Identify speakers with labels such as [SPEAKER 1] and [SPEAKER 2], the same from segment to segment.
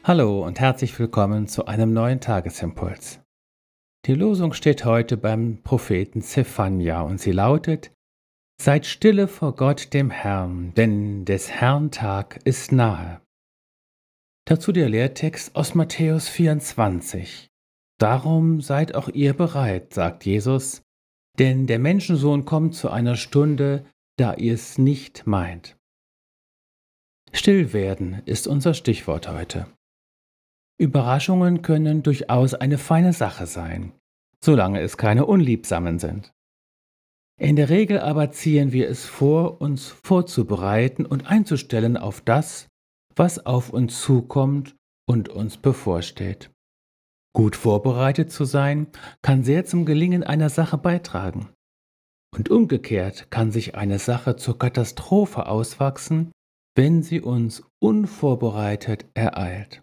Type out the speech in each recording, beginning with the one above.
[SPEAKER 1] Hallo und herzlich willkommen zu einem neuen Tagesimpuls. Die Losung steht heute beim Propheten Zephania und sie lautet: Seid stille vor Gott dem Herrn, denn des Herrn Tag ist nahe. Dazu der Lehrtext aus Matthäus 24. Darum seid auch ihr bereit, sagt Jesus, denn der Menschensohn kommt zu einer Stunde, da ihr es nicht meint. Still werden ist unser Stichwort heute. Überraschungen können durchaus eine feine Sache sein, solange es keine unliebsamen sind. In der Regel aber ziehen wir es vor, uns vorzubereiten und einzustellen auf das, was auf uns zukommt und uns bevorsteht. Gut vorbereitet zu sein, kann sehr zum Gelingen einer Sache beitragen. Und umgekehrt kann sich eine Sache zur Katastrophe auswachsen, wenn sie uns unvorbereitet ereilt.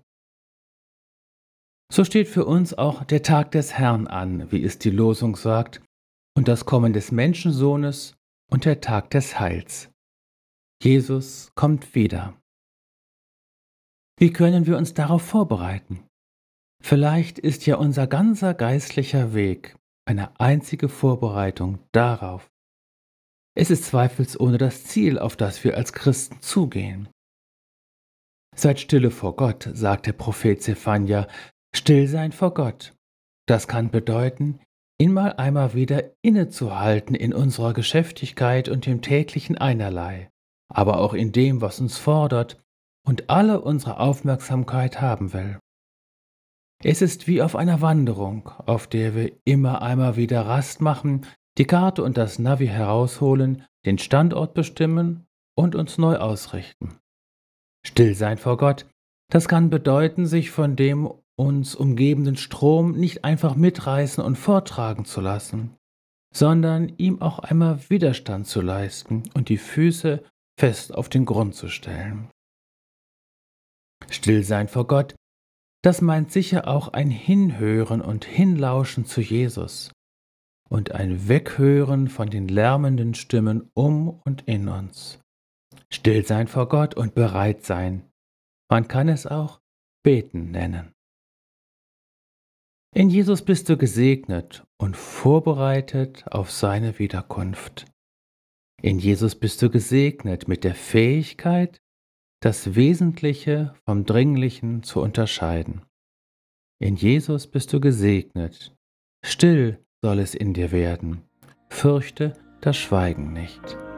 [SPEAKER 1] So steht für uns auch der Tag des Herrn an, wie es die Losung sagt, und das Kommen des Menschensohnes und der Tag des Heils. Jesus kommt wieder. Wie können wir uns darauf vorbereiten? Vielleicht ist ja unser ganzer geistlicher Weg eine einzige Vorbereitung darauf. Es ist zweifelsohne das Ziel, auf das wir als Christen zugehen. Seid stille vor Gott, sagt der Prophet Zephania. Still sein vor Gott. Das kann bedeuten, einmal wieder innezuhalten in unserer Geschäftigkeit und dem täglichen Einerlei, aber auch in dem, was uns fordert und alle unsere Aufmerksamkeit haben will. Es ist wie auf einer Wanderung, auf der wir einmal wieder Rast machen, die Karte und das Navi herausholen, den Standort bestimmen und uns neu ausrichten. Still sein vor Gott, das kann bedeuten, sich von dem uns umgebenden Strom nicht einfach mitreißen und vortragen zu lassen, sondern ihm auch einmal Widerstand zu leisten und die Füße fest auf den Grund zu stellen. Still sein vor Gott, das meint sicher auch ein Hinhören und Hinlauschen zu Jesus und ein Weghören von den lärmenden Stimmen um und in uns. Still sein vor Gott und bereit sein. Man kann es auch Beten nennen. In Jesus bist du gesegnet und vorbereitet auf seine Wiederkunft. In Jesus bist du gesegnet mit der Fähigkeit, das Wesentliche vom Dringlichen zu unterscheiden. In Jesus bist du gesegnet. Still soll es in dir werden. Fürchte das Schweigen nicht.